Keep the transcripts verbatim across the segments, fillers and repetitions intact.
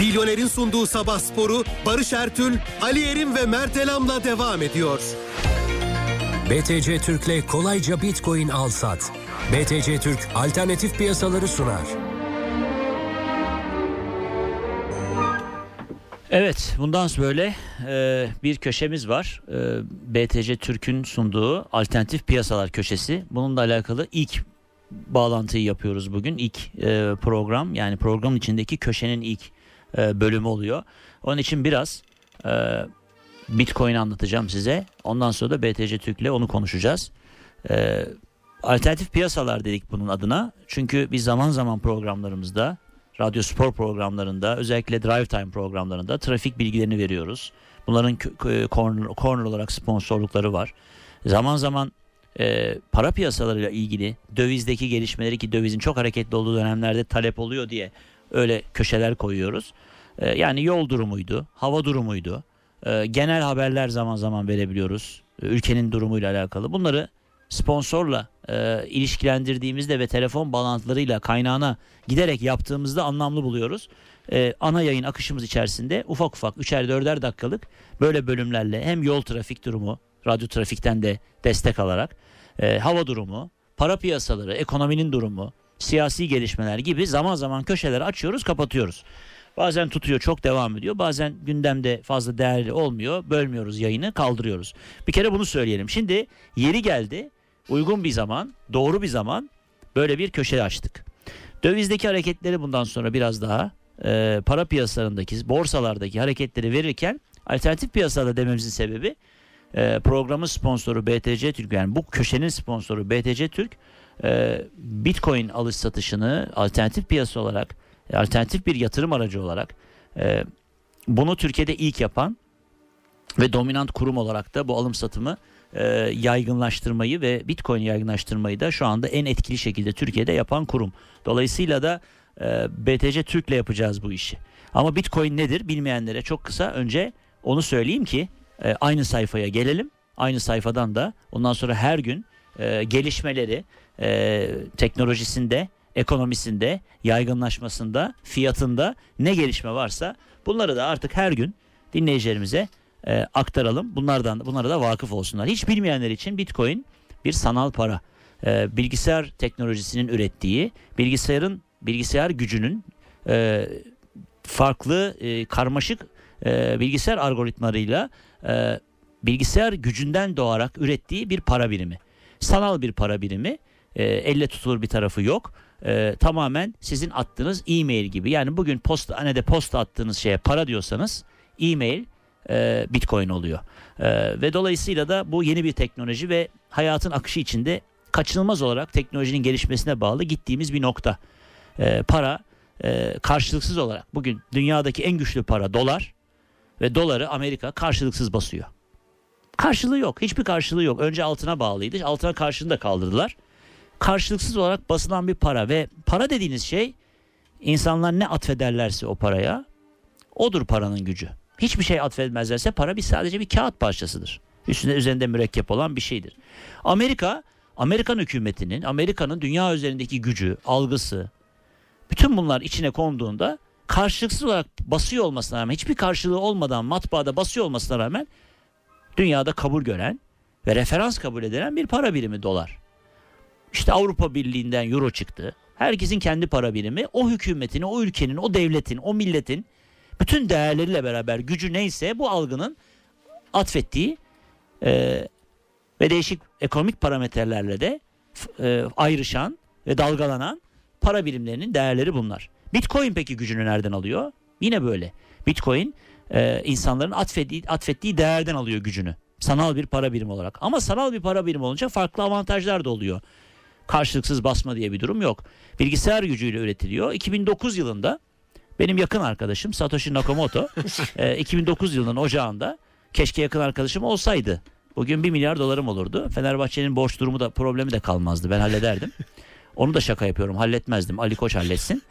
Bilyoner'in sunduğu Sabah Sporu Barış Ertül, Ali Erim ve Mert Elam'la devam ediyor. B T C Türk'le kolayca Bitcoin al sat. B T C Türk alternatif piyasaları sunar. Evet, bundan böyle e, bir köşemiz var. E, B T C Türk'ün sunduğu alternatif piyasalar köşesi. Bununla alakalı ilk bağlantıyı yapıyoruz bugün. İlk e, program, yani programın içindeki köşenin ilk e, bölümü oluyor. Onun için biraz e, Bitcoin anlatacağım size. Ondan sonra da B T C Türk'le onu konuşacağız. E, alternatif piyasalar dedik bunun adına. Çünkü biz zaman zaman programlarımızda, radyo spor programlarında, özellikle drive time programlarında trafik bilgilerini veriyoruz. Bunların corner, corner olarak sponsorlukları var. Zaman zaman e, para piyasalarıyla ilgili dövizdeki gelişmeleri, ki dövizin çok hareketli olduğu dönemlerde talep oluyor diye öyle köşeler koyuyoruz. E, yani yol durumuydu, hava durumuydu, e, genel haberler zaman zaman verebiliyoruz. E, ülkenin durumuyla alakalı. Bunları sponsorla e, ilişkilendirdiğimizde ve telefon bağlantılarıyla kaynağına giderek yaptığımızda anlamlı buluyoruz. E, ana yayın akışımız içerisinde ufak ufak üçer dörder dakikalık böyle bölümlerle hem yol trafik durumu, radyo trafikten de destek alarak, e, hava durumu, para piyasaları, ekonominin durumu, siyasi gelişmeler gibi zaman zaman köşeleri açıyoruz, kapatıyoruz. Bazen tutuyor, çok devam ediyor. Bazen gündemde fazla değerli olmuyor. Bölmüyoruz yayını, kaldırıyoruz. Bir kere bunu söyleyelim. Şimdi yeri geldi, uygun bir zaman, doğru bir zaman böyle bir köşe açtık. Dövizdeki hareketleri bundan sonra biraz daha e, para piyasalarındaki, borsalardaki hareketleri verirken alternatif piyasada dememizin sebebi e, programın sponsoru B T C Türk, yani bu köşenin sponsoru B T C Türk e, Bitcoin alış satışını alternatif piyasa olarak, alternatif bir yatırım aracı olarak e, bunu Türkiye'de ilk yapan ve dominant kurum olarak da bu alım satımı e, yaygınlaştırmayı ve Bitcoin yaygınlaştırmayı da şu anda en etkili şekilde Türkiye'de yapan kurum. Dolayısıyla da e, B T C Türk'le yapacağız bu işi. Ama Bitcoin nedir bilmeyenlere çok kısa önce onu söyleyeyim ki e, aynı sayfaya gelelim. Aynı sayfadan da ondan sonra her gün e, gelişmeleri e, teknolojisinde, ekonomisinde, yaygınlaşmasında, fiyatında ne gelişme varsa bunları da artık her gün dinleyicilerimize e, aktaralım. Bunlardan bunlara da vakıf olsunlar. Hiç bilmeyenler için Bitcoin bir sanal para. E, bilgisayar teknolojisinin ürettiği, bilgisayarın bilgisayar gücünün e, farklı e, karmaşık e, bilgisayar algoritmalarıyla e, bilgisayar gücünden doğarak ürettiği bir para birimi. Sanal bir para birimi. E, elle tutulur bir tarafı yok. E, tamamen sizin attığınız e-mail gibi. Yani bugün posta, hani de posta attığınız şeye para diyorsanız e-mail e, Bitcoin oluyor. E, ve dolayısıyla da bu yeni bir teknoloji ve hayatın akışı içinde kaçınılmaz olarak teknolojinin gelişmesine bağlı gittiğimiz bir nokta. E, para e, karşılıksız olarak bugün dünyadaki en güçlü para dolar ve doları Amerika karşılıksız basıyor. Karşılığı yok. Hiçbir karşılığı yok. Önce altına bağlıydı. Altına karşılığını da kaldırdılar. Karşılıksız olarak basılan bir para ve para dediğiniz şey, insanlar ne atfederlerse o paraya, odur paranın gücü. Hiçbir şey atfetmezlerse para bir sadece bir kağıt parçasıdır. Üstünde üzerinde mürekkep olan bir şeydir. Amerika, Amerikan hükümetinin, Amerika'nın dünya üzerindeki gücü, algısı, bütün bunlar içine konduğunda karşılıksız olarak basıyor olmasına rağmen, hiçbir karşılığı olmadan matbaada basıyor olmasına rağmen dünyada kabul gören ve referans kabul edilen bir para birimi dolar. İşte Avrupa Birliği'nden euro çıktı. Herkesin kendi para birimi, o hükümetin, o ülkenin, o devletin, o milletin bütün değerleriyle beraber gücü neyse bu algının atfettiği e, ve değişik ekonomik parametrelerle de e, ayrışan ve dalgalanan para birimlerinin değerleri bunlar. Bitcoin peki gücünü nereden alıyor? Yine böyle. Bitcoin e, insanların atfettiği, atfettiği değerden alıyor gücünü. Sanal bir para birimi olarak. Ama sanal bir para birimi olunca farklı avantajlar da oluyor. Karşılıksız basma diye bir durum yok. Bilgisayar gücüyle üretiliyor. iki bin dokuz yılında benim yakın arkadaşım Satoshi Nakamoto e, iki bin dokuz yılının ocağında, keşke yakın arkadaşım olsaydı, bugün bir milyar dolarım olurdu. Fenerbahçe'nin borç durumu da, problemi de kalmazdı. Ben hallederdim. Onu da şaka yapıyorum, halletmezdim. Ali Koç halletsin.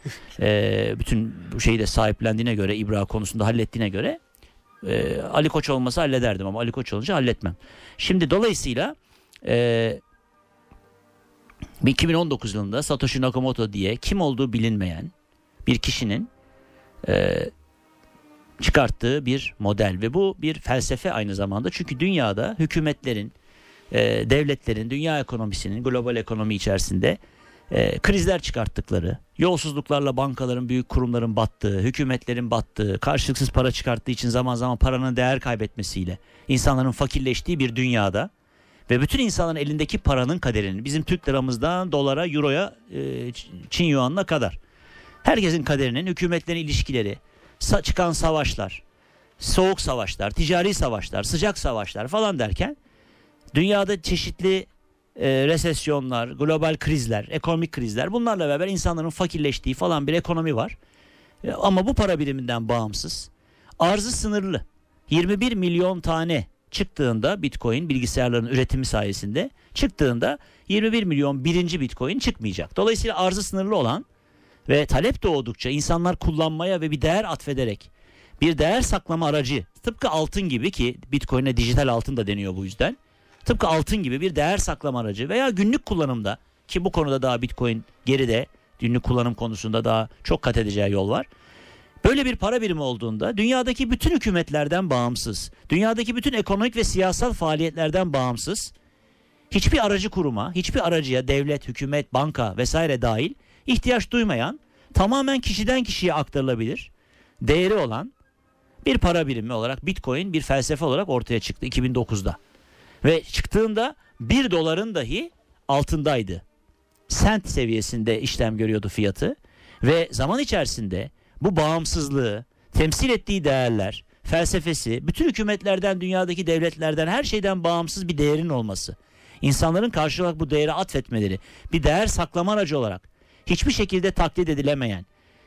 E, bütün bu şeyi de sahiplendiğine göre, İbra konusunda hallettiğine göre e, Ali Koç olmasa hallederdim ama Ali Koç olunca halletmem. Şimdi dolayısıyla e, iki bin on dokuz yılında Satoshi Nakamoto diye kim olduğu bilinmeyen bir kişinin e, çıkarttığı bir model ve bu bir felsefe aynı zamanda. Çünkü dünyada hükümetlerin, e, devletlerin, dünya ekonomisinin, global ekonomi içerisinde e, krizler çıkarttıkları, yolsuzluklarla bankaların, büyük kurumların battığı, hükümetlerin battığı, karşılıksız para çıkarttığı için zaman zaman paranın değer kaybetmesiyle insanların fakirleştiği bir dünyada ve bütün insanların elindeki paranın kaderini, bizim Türk liramızdan dolara, euroya, e, Çin yuanına kadar herkesin kaderinin, hükümetlerin ilişkileri, sa- çıkan savaşlar, soğuk savaşlar, ticari savaşlar, sıcak savaşlar falan derken dünyada çeşitli e, resesyonlar, global krizler, ekonomik krizler, bunlarla beraber insanların fakirleştiği falan bir ekonomi var. E, ama bu para biriminden bağımsız, arzı sınırlı. yirmi bir milyon tane çıktığında Bitcoin, bilgisayarların üretimi sayesinde çıktığında yirmi bir milyon birinci Bitcoin çıkmayacak. Dolayısıyla arzı sınırlı olan ve talep doğdukça insanlar kullanmaya ve bir değer atfederek bir değer saklama aracı, tıpkı altın gibi, ki Bitcoin'e dijital altın da deniyor bu yüzden. Tıpkı altın gibi bir değer saklama aracı veya günlük kullanımda, ki bu konuda daha Bitcoin geride, günlük kullanım konusunda daha çok kat edeceği yol var. Böyle bir para birimi olduğunda dünyadaki bütün hükümetlerden bağımsız, dünyadaki bütün ekonomik ve siyasal faaliyetlerden bağımsız, hiçbir aracı kuruma, hiçbir aracıya, devlet, hükümet, banka vesaire dahil ihtiyaç duymayan, tamamen kişiden kişiye aktarılabilir değeri olan bir para birimi olarak Bitcoin bir felsefe olarak ortaya çıktı iki bin dokuzda. Ve çıktığında bir doların dahi altındaydı. Sent seviyesinde işlem görüyordu fiyatı ve zaman içerisinde bu bağımsızlığı, temsil ettiği değerler, felsefesi, bütün hükümetlerden, dünyadaki devletlerden, her şeyden bağımsız bir değerin olması, insanların karşı olarak bu değeri atfetmeleri, bir değer saklama aracı olarak hiçbir şekilde taklit edilemeyen,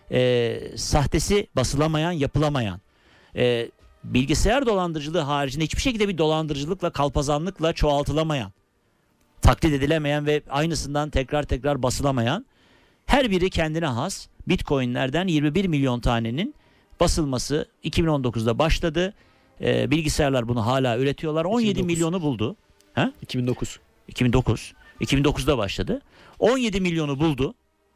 e, sahtesi basılamayan, yapılamayan, e, bilgisayar dolandırıcılığı haricinde hiçbir şekilde bir dolandırıcılıkla, kalpazanlıkla çoğaltılamayan, taklit edilemeyen ve aynısından tekrar tekrar basılamayan, her biri kendine has Bitcoin'lerden yirmi bir milyon tanenin basılması iki bin on dokuzda başladı. Ee, bilgisayarlar bunu hala üretiyorlar. on yedi iki bin dokuz. milyonu buldu. Ha? iki bin dokuz. iki bin dokuz. iki bin dokuzda başladı. on yedi milyonu buldu.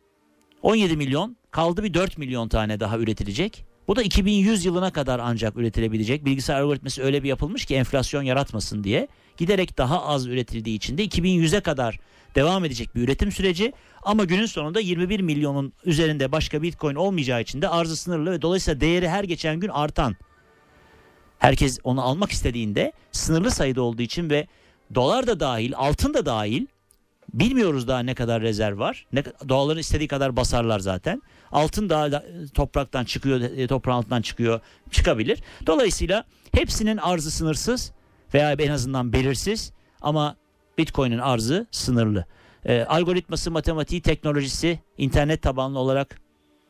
on yedi milyon kaldı, bir dört milyon tane daha üretilecek. Bu da iki bin yüz yılına kadar ancak üretilebilecek. Bilgisayar algoritması öyle bir yapılmış ki enflasyon yaratmasın diye. Giderek daha az üretildiği için de iki bin yüze kadar devam edecek bir üretim süreci. Ama günün sonunda yirmi bir milyonun üzerinde başka Bitcoin olmayacağı için de arzı sınırlı ve dolayısıyla değeri her geçen gün artan. Herkes onu almak istediğinde sınırlı sayıda olduğu için ve dolar da dahil, altın da dahil, bilmiyoruz daha ne kadar rezerv var. Ne, doların istediği kadar basarlar zaten. Altın daha da, topraktan çıkıyor, toprağın altından çıkıyor, çıkabilir. Dolayısıyla hepsinin arzı sınırsız veya en azından belirsiz, ama Bitcoin'in arzı sınırlı. E, algoritması, matematiği, teknolojisi internet tabanlı olarak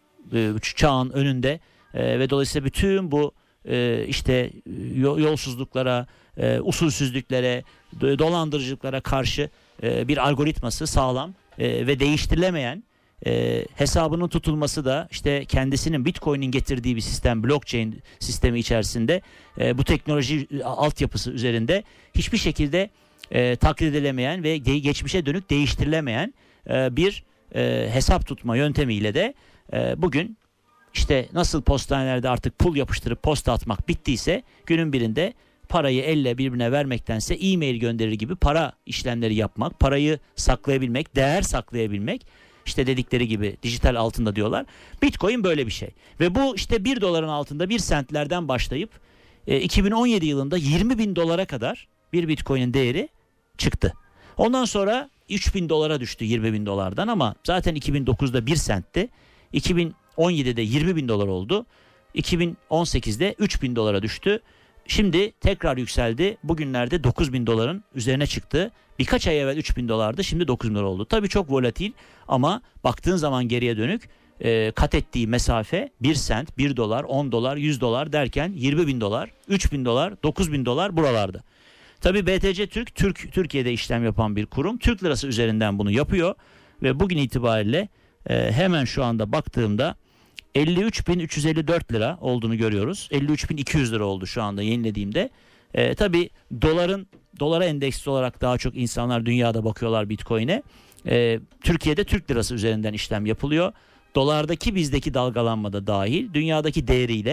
e, çağın önünde e, ve dolayısıyla bütün bu e, işte yolsuzluklara, e, usulsüzlüklere, dolandırıcılıklara karşı e, bir algoritması sağlam e, ve değiştirilemeyen, e, hesabının tutulması da işte kendisinin, Bitcoin'in getirdiği bir sistem, blockchain sistemi içerisinde e, bu teknoloji altyapısı üzerinde hiçbir şekilde E, taklit edilemeyen ve de, geçmişe dönük değiştirilemeyen e, bir e, hesap tutma yöntemiyle de e, bugün işte nasıl postanelerde artık pul yapıştırıp posta atmak bittiyse, günün birinde parayı elle birbirine vermektense e-mail gönderir gibi para işlemleri yapmak, parayı saklayabilmek, değer saklayabilmek, işte dedikleri gibi dijital altında diyorlar. Bitcoin böyle bir şey ve bu işte bir doların altında, bir sentlerden başlayıp e, iki bin on yedi yılında yirmi bin dolara kadar bir Bitcoin'in değeri çıktı. Ondan sonra üç bin dolara düştü yirmi bin dolardan, ama zaten iki bin dokuzda bir sentti. iki bin on yedide yirmi bin dolar oldu. iki bin on sekizde üç bin dolara düştü. Şimdi tekrar yükseldi. Bugünlerde dokuz bin doların üzerine çıktı. Birkaç ay evvel üç bin dolardı. Şimdi dokuz bin dolar oldu. Tabii çok volatil, ama baktığın zaman geriye dönük e, kat ettiği mesafe bir sent, bir dolar, on dolar, yüz dolar derken yirmi bin dolar, üç bin dolar, dokuz bin dolar buralarda. Tabii B T C Türk, Türk Türkiye'de işlem yapan bir kurum. Türk lirası üzerinden bunu yapıyor ve bugün itibariyle e, hemen şu anda baktığımda elli üç bin üç yüz elli dört lira olduğunu görüyoruz. elli üç bin iki yüz lira oldu şu anda yenilediğimde. E, tabii doların dolara endeksli olarak daha çok insanlar dünyada bakıyorlar Bitcoin'e. E, Türkiye'de Türk lirası üzerinden işlem yapılıyor. Dolardaki bizdeki dalgalanma da dahil dünyadaki değeriyle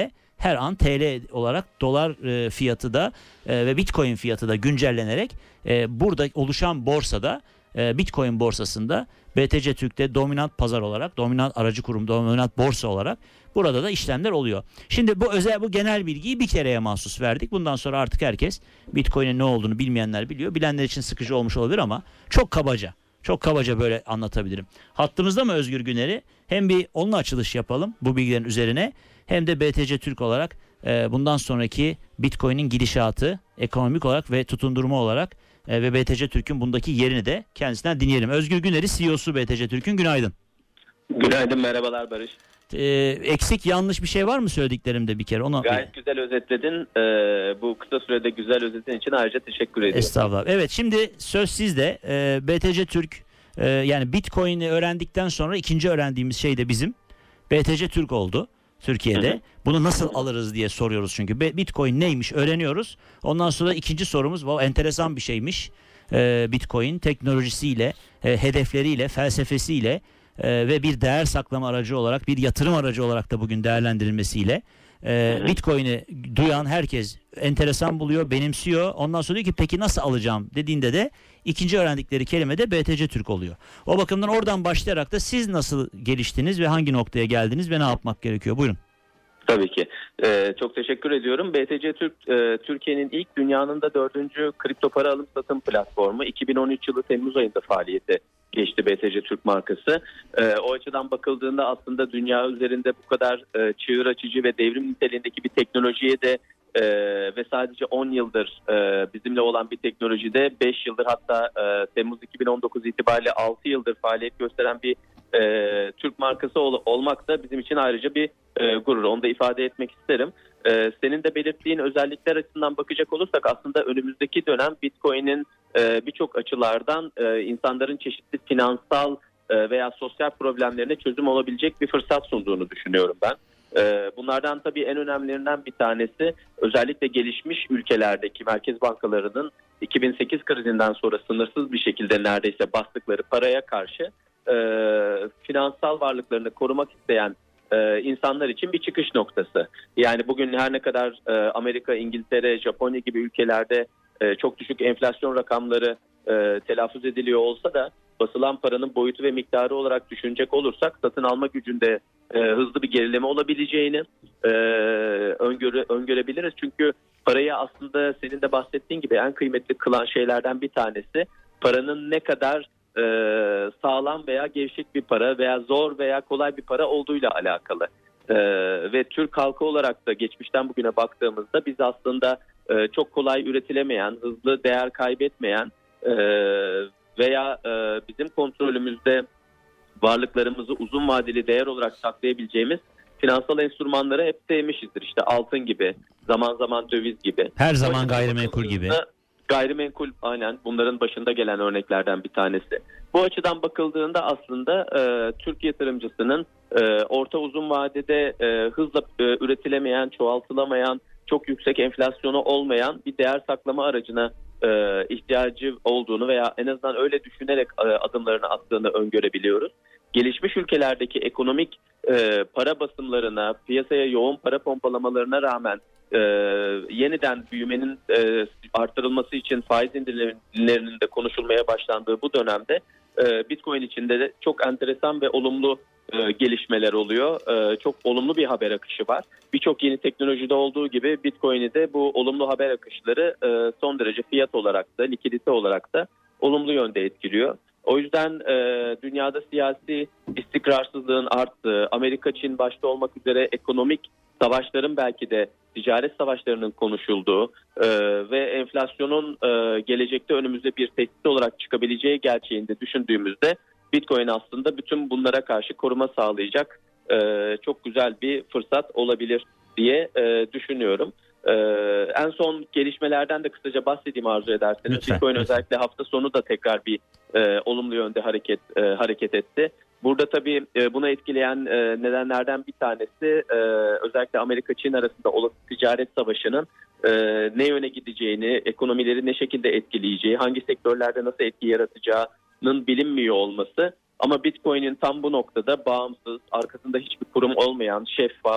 her an T L olarak dolar e, fiyatı da e, ve Bitcoin fiyatı da güncellenerek e, burada oluşan borsada e, Bitcoin borsasında B T C Türk'te dominant pazar olarak, dominant aracı kurum, dominant borsa olarak burada da işlemler oluyor. Şimdi bu özel, bu genel bilgiyi bir kereye mahsus verdik. Bundan sonra artık herkes Bitcoin'in ne olduğunu bilmeyenler biliyor. Bilenler için sıkıcı olmuş olabilir ama çok kabaca, çok kabaca böyle anlatabilirim. Hattımızda mı Özgür Güner'i? Hem bir onunla açılış yapalım bu bilgilerin üzerine, hem de B T C Türk olarak e, bundan sonraki Bitcoin'in gidişatı ekonomik olarak ve tutundurma olarak e, ve B T C Türk'ün bundaki yerini de kendisinden dinleyelim. Özgür Güner'i, C E O'su B T C Türk'ün, günaydın. Günaydın, merhabalar Barış. E, eksik, yanlış bir şey var mı söylediklerimde bir kere? Ona... Gayet güzel özetledin. Ee, bu kısa sürede güzel özetin için ayrıca teşekkür ediyorum. Estağfurullah. Evet, şimdi söz sizde. E, B T C Türk e, yani Bitcoin'i öğrendikten sonra ikinci öğrendiğimiz şey de bizim B T C Türk oldu Türkiye'de. Hı hı. Bunu nasıl alırız diye soruyoruz çünkü. Bitcoin neymiş öğreniyoruz. Ondan sonra ikinci sorumuz, wow, enteresan bir şeymiş. E, Bitcoin teknolojisiyle, e, hedefleriyle, felsefesiyle e, ve bir değer saklama aracı olarak, bir yatırım aracı olarak da bugün değerlendirilmesiyle e, Bitcoin'i duyan herkes enteresan buluyor, benimsiyor. Ondan sonra diyor ki peki nasıl alacağım dediğinde de ikinci öğrendikleri kelime de B T C Türk oluyor. O bakımdan oradan başlayarak da siz nasıl geliştiniz ve hangi noktaya geldiniz ve ne yapmak gerekiyor? Buyurun. Tabii ki. Ee, çok teşekkür ediyorum. B T C Türk, e, Türkiye'nin ilk, dünyanın da dördüncü kripto para alım satım platformu. iki bin on üç yılı Temmuz ayında faaliyete geçti B T C Türk markası. Ee, o açıdan bakıldığında aslında dünya üzerinde bu kadar e, çığır açıcı ve devrim niteliğindeki bir teknolojiye de e, ve sadece on yıldır e, bizimle olan bir teknolojide beş yıldır, hatta e, Temmuz iki bin on dokuz itibariyle altı yıldır faaliyet gösteren bir e, Türk markası ol, olmak da bizim için ayrıca bir e, gurur. Onu da ifade etmek isterim. E, senin de belirttiğin özellikler açısından bakacak olursak aslında önümüzdeki dönem Bitcoin'in e, birçok açılardan e, insanların çeşitli finansal e, veya sosyal problemlerine çözüm olabilecek bir fırsat sunduğunu düşünüyorum ben. E, bunlardan tabii en önemlilerinden bir tanesi özellikle gelişmiş ülkelerdeki merkez bankalarının iki bin sekiz krizinden sonra sınırsız bir şekilde neredeyse bastıkları paraya karşı e, finansal varlıklarını korumak isteyen Ee, insanlar için bir çıkış noktası. Yani bugün her ne kadar e, Amerika, İngiltere, Japonya gibi ülkelerde e, çok düşük enflasyon rakamları e, telaffuz ediliyor olsa da basılan paranın boyutu ve miktarı olarak düşünecek olursak satın alma gücünde e, hızlı bir gerileme olabileceğini e, öngöre, öngörebiliriz. Çünkü parayı aslında senin de bahsettiğin gibi en kıymetli kılan şeylerden bir tanesi paranın ne kadar Ee, sağlam veya gevşek bir para veya zor veya kolay bir para olduğuyla alakalı. Ee, ve Türk halkı olarak da geçmişten bugüne baktığımızda biz aslında e, çok kolay üretilemeyen, hızlı değer kaybetmeyen e, veya e, bizim kontrolümüzde varlıklarımızı uzun vadeli değer olarak saklayabileceğimiz finansal enstrümanları hep sevmişizdir. İşte altın gibi, zaman zaman döviz gibi. Her zaman gayrimenkul gibi. Gayrimenkul aynen bunların başında gelen örneklerden bir tanesi. Bu açıdan bakıldığında aslında e, Türk yatırımcısının e, orta uzun vadede e, hızla e, üretilemeyen, çoğaltılamayan, çok yüksek enflasyonu olmayan bir değer saklama aracına e, ihtiyacı olduğunu veya en azından öyle düşünerek e, adımlarını attığını öngörebiliyoruz. Gelişmiş ülkelerdeki ekonomik e, para basımlarına, piyasaya yoğun para pompalamalarına rağmen e, yeniden büyümenin e, artırılması için faiz indirimlerinin de konuşulmaya başlandığı bu dönemde e, Bitcoin içinde de çok enteresan ve olumlu e, gelişmeler oluyor. E, çok olumlu bir haber akışı var. Birçok yeni teknolojide olduğu gibi Bitcoin'i de bu olumlu haber akışları e, son derece fiyat olarak da, likidite olarak da olumlu yönde etkiliyor. O yüzden e, dünyada siyasi istikrarsızlığın arttığı, Amerika, Çin başta olmak üzere ekonomik savaşların, belki de ticaret savaşlarının konuşulduğu e, ve enflasyonun e, gelecekte önümüzde bir tehdit olarak çıkabileceği gerçeğini de düşündüğümüzde Bitcoin aslında bütün bunlara karşı koruma sağlayacak e, çok güzel bir fırsat olabilir diye e, düşünüyorum. Ee, en son gelişmelerden de kısaca bahsedeyim arzu ederseniz. Lütfen, Bitcoin lütfen. özellikle hafta sonu da tekrar bir e, olumlu yönde hareket e, hareket etti. Burada tabii e, buna etkileyen e, nedenlerden bir tanesi e, özellikle Amerika-Çin arasında olası ticaret savaşının e, ne yöne gideceğini, ekonomileri ne şekilde etkileyeceği, hangi sektörlerde nasıl etki yaratacağının bilinmiyor olması. Ama Bitcoin'in tam bu noktada bağımsız, arkasında hiçbir kurum olmayan, şeffaf,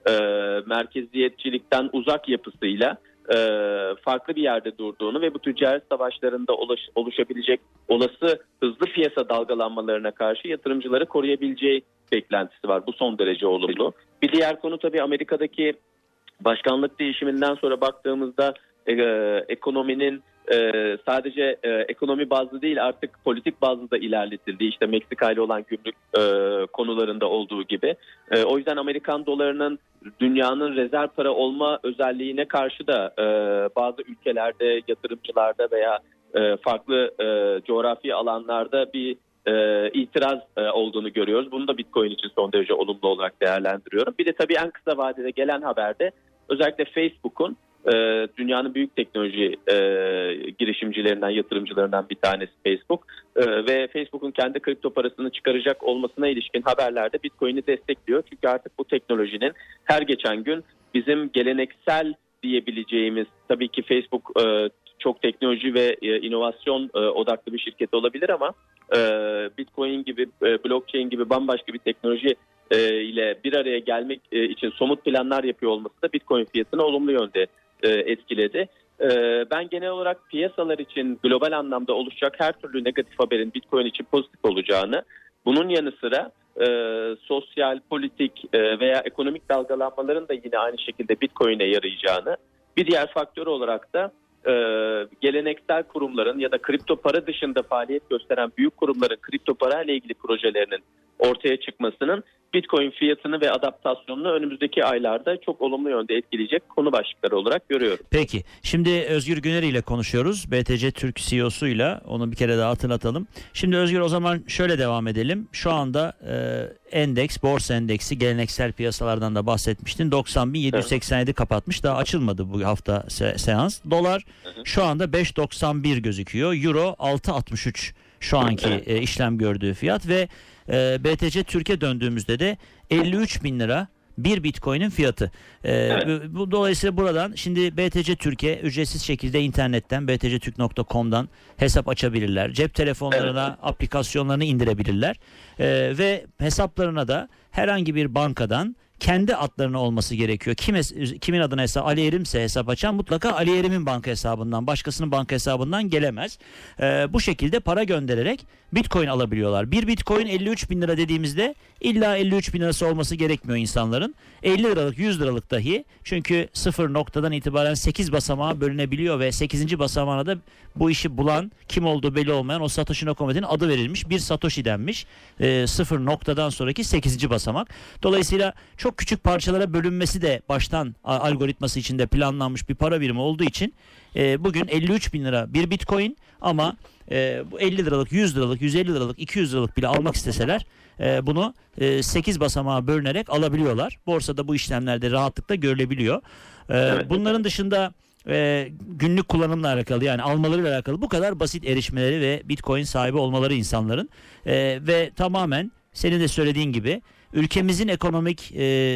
e, merkeziyetçilikten uzak yapısıyla e, farklı bir yerde durduğunu ve bu ticaret savaşlarında oluş, oluşabilecek olası hızlı piyasa dalgalanmalarına karşı yatırımcıları koruyabileceği beklentisi var. Bu son derece olumlu. Bir diğer konu tabii Amerika'daki başkanlık değişiminden sonra baktığımızda e, ekonominin e, sadece e, ekonomi bazlı değil artık politik bazlı da ilerletildiği, işte Meksika ile olan gümrük e, konularında olduğu gibi. E, o yüzden Amerikan dolarının dünyanın rezerv para olma özelliğine karşı da e, bazı ülkelerde, yatırımcılarda veya e, farklı e, coğrafi alanlarda bir e, itiraz e, olduğunu görüyoruz. Bunu da Bitcoin için son derece olumlu olarak değerlendiriyorum. Bir de tabii en kısa vadede gelen haberde özellikle Facebook'un, e, dünyanın büyük teknoloji e, girişimcilerinden, yatırımcılarından bir tanesi Facebook e, ve Facebook'un kendi kripto parasını çıkaracak olmasına ilişkin haberlerde Bitcoin'i destekliyor. Çünkü artık bu teknolojinin her geçen gün bizim geleneksel diyebileceğimiz, tabii ki Facebook e, çok teknoloji ve e, inovasyon e, odaklı bir şirket olabilir ama e, Bitcoin gibi, e, blockchain gibi bambaşka bir teknoloji e, ile bir araya gelmek e, için somut planlar yapıyor olması da Bitcoin fiyatını olumlu yönde e, etkiledi. E, ben genel olarak piyasalar için global anlamda oluşacak her türlü negatif haberin Bitcoin için pozitif olacağını, bunun yanı sıra e, sosyal, politik e, veya ekonomik dalgalanmaların da yine aynı şekilde Bitcoin'e yarayacağını, bir diğer faktör olarak da e, geleneksel kurumların ya da kripto para dışında faaliyet gösteren büyük kurumların kripto para ile ilgili projelerinin ortaya çıkmasının Bitcoin fiyatını ve adaptasyonunu önümüzdeki aylarda çok olumlu yönde etkileyecek konu başlıkları olarak görüyorum. Peki. Şimdi Özgür Güner ile konuşuyoruz. B T C Türk C E O'suyla. Onu bir kere daha hatırlatalım. Şimdi Özgür, o zaman şöyle devam edelim. Şu anda e, endeks, borsa endeksi, geleneksel piyasalardan da bahsetmiştin. doksan bin yedi yüz seksen yedi evet. kapatmış. Daha açılmadı bu hafta se- seans. Dolar evet. şu anda beş doksan bir gözüküyor. Euro altı altmış üç şu anki evet. e, işlem gördüğü fiyat ve e, B T C Türkiye döndüğümüzde de elli üç bin lira bir Bitcoin'in fiyatı. Ee, evet. bu, dolayısıyla buradan şimdi B T C Türkiye ücretsiz şekilde internetten b t c türk nokta com'dan hesap açabilirler. Cep telefonlarına evet. aplikasyonlarını indirebilirler. Ee, ve hesaplarına da herhangi bir bankadan kendi adlarına olması gerekiyor. Kim, kimin adına hesap, Ali Erim'se hesap açan mutlaka Ali Erim'in banka hesabından, başkasının banka hesabından gelemez. Ee, bu şekilde para göndererek Bitcoin alabiliyorlar. Bir Bitcoin elli üç bin lira dediğimizde illa elli üç bin lirası olması gerekmiyor insanların. elli liralık, yüz liralık dahi, çünkü sıfır noktadan itibaren sekiz basamağa bölünebiliyor ve sekizinci basamağına da bu işi bulan, kim olduğu belli olmayan o Satoshi Nakamoto'nun adı verilmiş. Bir Satoshi denmiş. Ee, sıfır noktadan sonraki sekizinci basamak. Dolayısıyla çok küçük parçalara bölünmesi de baştan algoritması içinde planlanmış bir para birimi olduğu için e, bugün elli üç bin lira bir Bitcoin, ama e, bu elli liralık, yüz liralık, yüz elli liralık, iki yüz liralık bile almak isteseler e, bunu e, sekiz basamağa bölünerek alabiliyorlar. Borsada bu işlemlerde rahatlıkla görülebiliyor. E, evet. Bunların dışında e, günlük kullanımla alakalı, yani almalarıyla alakalı bu kadar basit erişmeleri ve Bitcoin sahibi olmaları insanların e, ve tamamen senin de söylediğin gibi ülkemizin ekonomik e,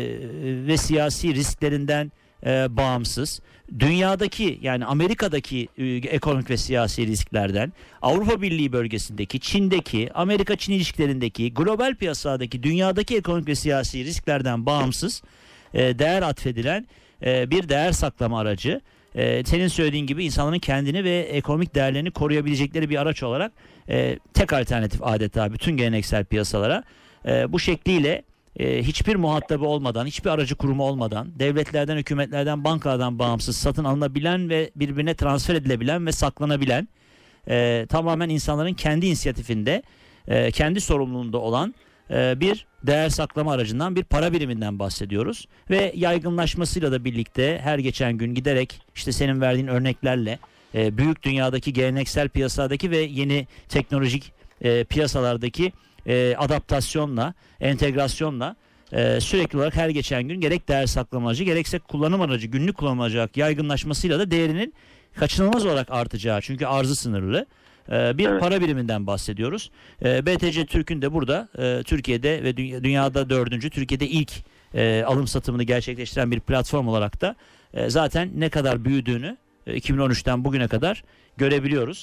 ve siyasi risklerinden e, bağımsız, dünyadaki, yani Amerika'daki e, ekonomik ve siyasi risklerden, Avrupa Birliği bölgesindeki, Çin'deki, Amerika-Çin ilişkilerindeki, global piyasadaki, dünyadaki ekonomik ve siyasi risklerden bağımsız e, değer atfedilen e, bir değer saklama aracı. E, senin söylediğin gibi insanların kendini ve ekonomik değerlerini koruyabilecekleri bir araç olarak e, tek alternatif adeta bütün geleneksel piyasalara. Ee, bu şekliyle e, hiçbir muhatabı olmadan, hiçbir aracı kurumu olmadan, devletlerden, hükümetlerden, bankalardan bağımsız satın alınabilen ve birbirine transfer edilebilen ve saklanabilen, e, tamamen insanların kendi inisiyatifinde, e, kendi sorumluluğunda olan e, bir değer saklama aracından, bir para biriminden bahsediyoruz. Ve yaygınlaşmasıyla da birlikte her geçen gün giderek, işte senin verdiğin örneklerle e, büyük dünyadaki geleneksel piyasadaki ve yeni teknolojik e, piyasalardaki E, adaptasyonla, entegrasyonla e, sürekli olarak her geçen gün gerek değer saklama aracı, gerekse kullanım aracı, günlük kullanım aracı yaygınlaşmasıyla da değerinin kaçınılmaz olarak artacağı, çünkü arzı sınırlı e, bir evet. para biriminden bahsediyoruz. E, B T C Türk'ün de burada e, Türkiye'de ve dü- dünyada dördüncü, Türkiye'de ilk e, alım satımını gerçekleştiren bir platform olarak da e, zaten ne kadar büyüdüğünü e, iki bin on üçten bugüne kadar görebiliyoruz.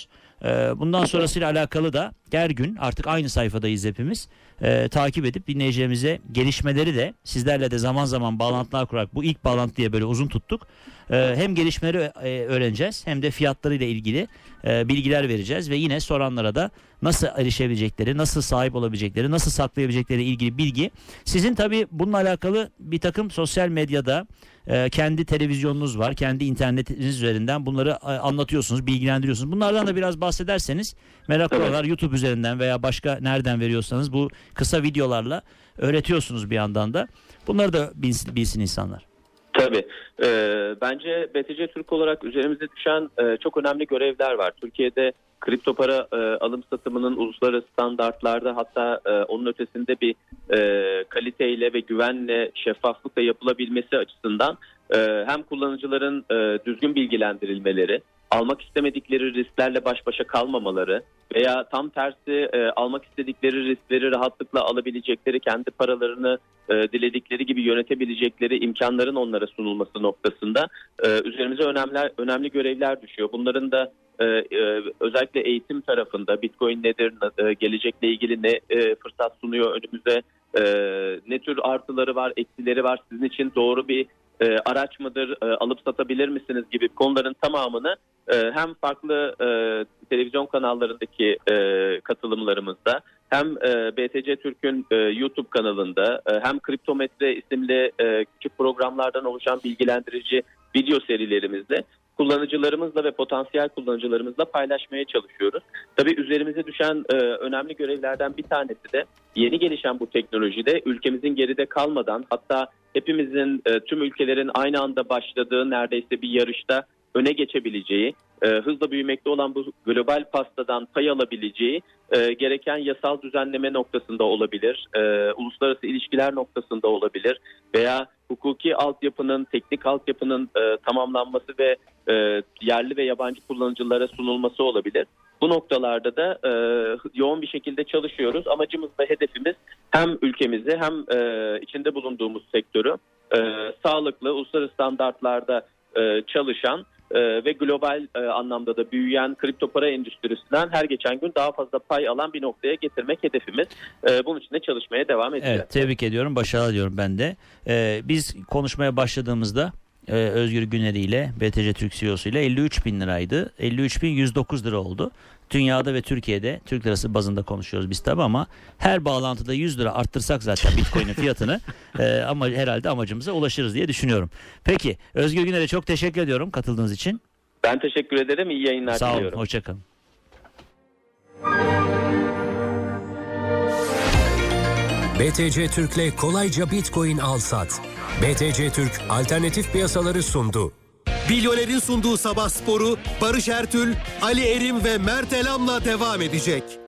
Ee, bundan sonrasıyla alakalı da her gün artık aynı sayfadayız hepimiz. Ee, takip edip dinleyicilerimize gelişmeleri de sizlerle de zaman zaman bağlantılar kurarak bu ilk bağlantı diye böyle uzun tuttuk. Ee, hem gelişmeleri e, öğreneceğiz hem de fiyatlarıyla ilgili e, bilgiler vereceğiz ve yine soranlara da nasıl erişebilecekleri, nasıl sahip olabilecekleri, nasıl saklayabilecekleri ilgili bilgi. Sizin tabii bununla alakalı bir takım sosyal medyada e, kendi televizyonunuz var, kendi internetiniz üzerinden bunları e, anlatıyorsunuz, bilgilendiriyorsunuz. Bunlardan da biraz bahsederseniz meraklı Evet. olanlar YouTube üzerinden veya başka nereden veriyorsanız bu kısa videolarla öğretiyorsunuz bir yandan da. Bunları da bilsin, bilsin insanlar. Tabii. Ee, bence B T C Türk olarak üzerimize düşen e, çok önemli görevler var. Türkiye'de kripto para e, alım satımının uluslararası standartlarda, hatta e, onun ötesinde bir e, kaliteyle ve güvenle, şeffaflıkla yapılabilmesi açısından e, hem kullanıcıların e, düzgün bilgilendirilmeleri, almak istemedikleri risklerle baş başa kalmamaları veya tam tersi e, almak istedikleri riskleri rahatlıkla alabilecekleri, kendi paralarını e, diledikleri gibi yönetebilecekleri imkanların onlara sunulması noktasında e, üzerimize önemli önemli görevler düşüyor. Bunların da e, e, özellikle eğitim tarafında Bitcoin nedir, e, gelecekle ilgili ne e, fırsat sunuyor önümüze, e, ne tür artıları var, eksileri var, sizin için doğru bir e, araç mıdır, e, alıp satabilir misiniz gibi konuların tamamını e, hem farklı e, televizyon kanallarındaki e, katılımlarımızda hem e, B T C Türk'ün e, YouTube kanalında e, hem Kriptometre isimli e, küçük programlardan oluşan bilgilendirici video serilerimizde kullanıcılarımızla ve potansiyel kullanıcılarımızla paylaşmaya çalışıyoruz. Tabii üzerimize düşen e, önemli görevlerden bir tanesi de yeni gelişen bu teknolojide ülkemizin geride kalmadan, hatta hepimizin, e, tüm ülkelerin aynı anda başladığı neredeyse bir yarışta öne geçebileceği, e, hızla büyümekte olan bu global pastadan pay alabileceği e, gereken yasal düzenleme noktasında olabilir, e, uluslararası ilişkiler noktasında olabilir veya hukuki altyapının, teknik altyapının e, tamamlanması ve e, yerli ve yabancı kullanıcılara sunulması olabilir. Bu noktalarda da e, yoğun bir şekilde çalışıyoruz. Amacımız ve hedefimiz hem ülkemizi hem e, içinde bulunduğumuz sektörü e, sağlıklı, uluslararası standartlarda e, çalışan e, ve global e, anlamda da büyüyen kripto para endüstrisinden her geçen gün daha fazla pay alan bir noktaya getirmek hedefimiz. E, bunun için de çalışmaya devam edeceğiz. Evet, tebrik ediyorum, başarılar diyorum ben de. Ee, biz konuşmaya başladığımızda e, Özgür Güneri ile B T C Türk C E O'su ile elli üç bin liraydı. elli üç bin yüz dokuz lira oldu. Dünyada ve Türkiye'de Türk lirası bazında konuşuyoruz biz tabi, ama her bağlantıda yüz lira arttırsak zaten Bitcoin'in fiyatını e, ama herhalde amacımıza ulaşırız diye düşünüyorum. Peki Özgür Güner'e çok teşekkür ediyorum katıldığınız için. Ben teşekkür ederim. İyi yayınlar Sağ olun, diliyorum. hoşçakalın. B T C Türk'le kolayca Bitcoin al sat. B T C Türk alternatif piyasaları sundu. Bilyoner'in sunduğu Sabah Sporu Barış Ertül, Ali Erim ve Mert Elam'la devam edecek.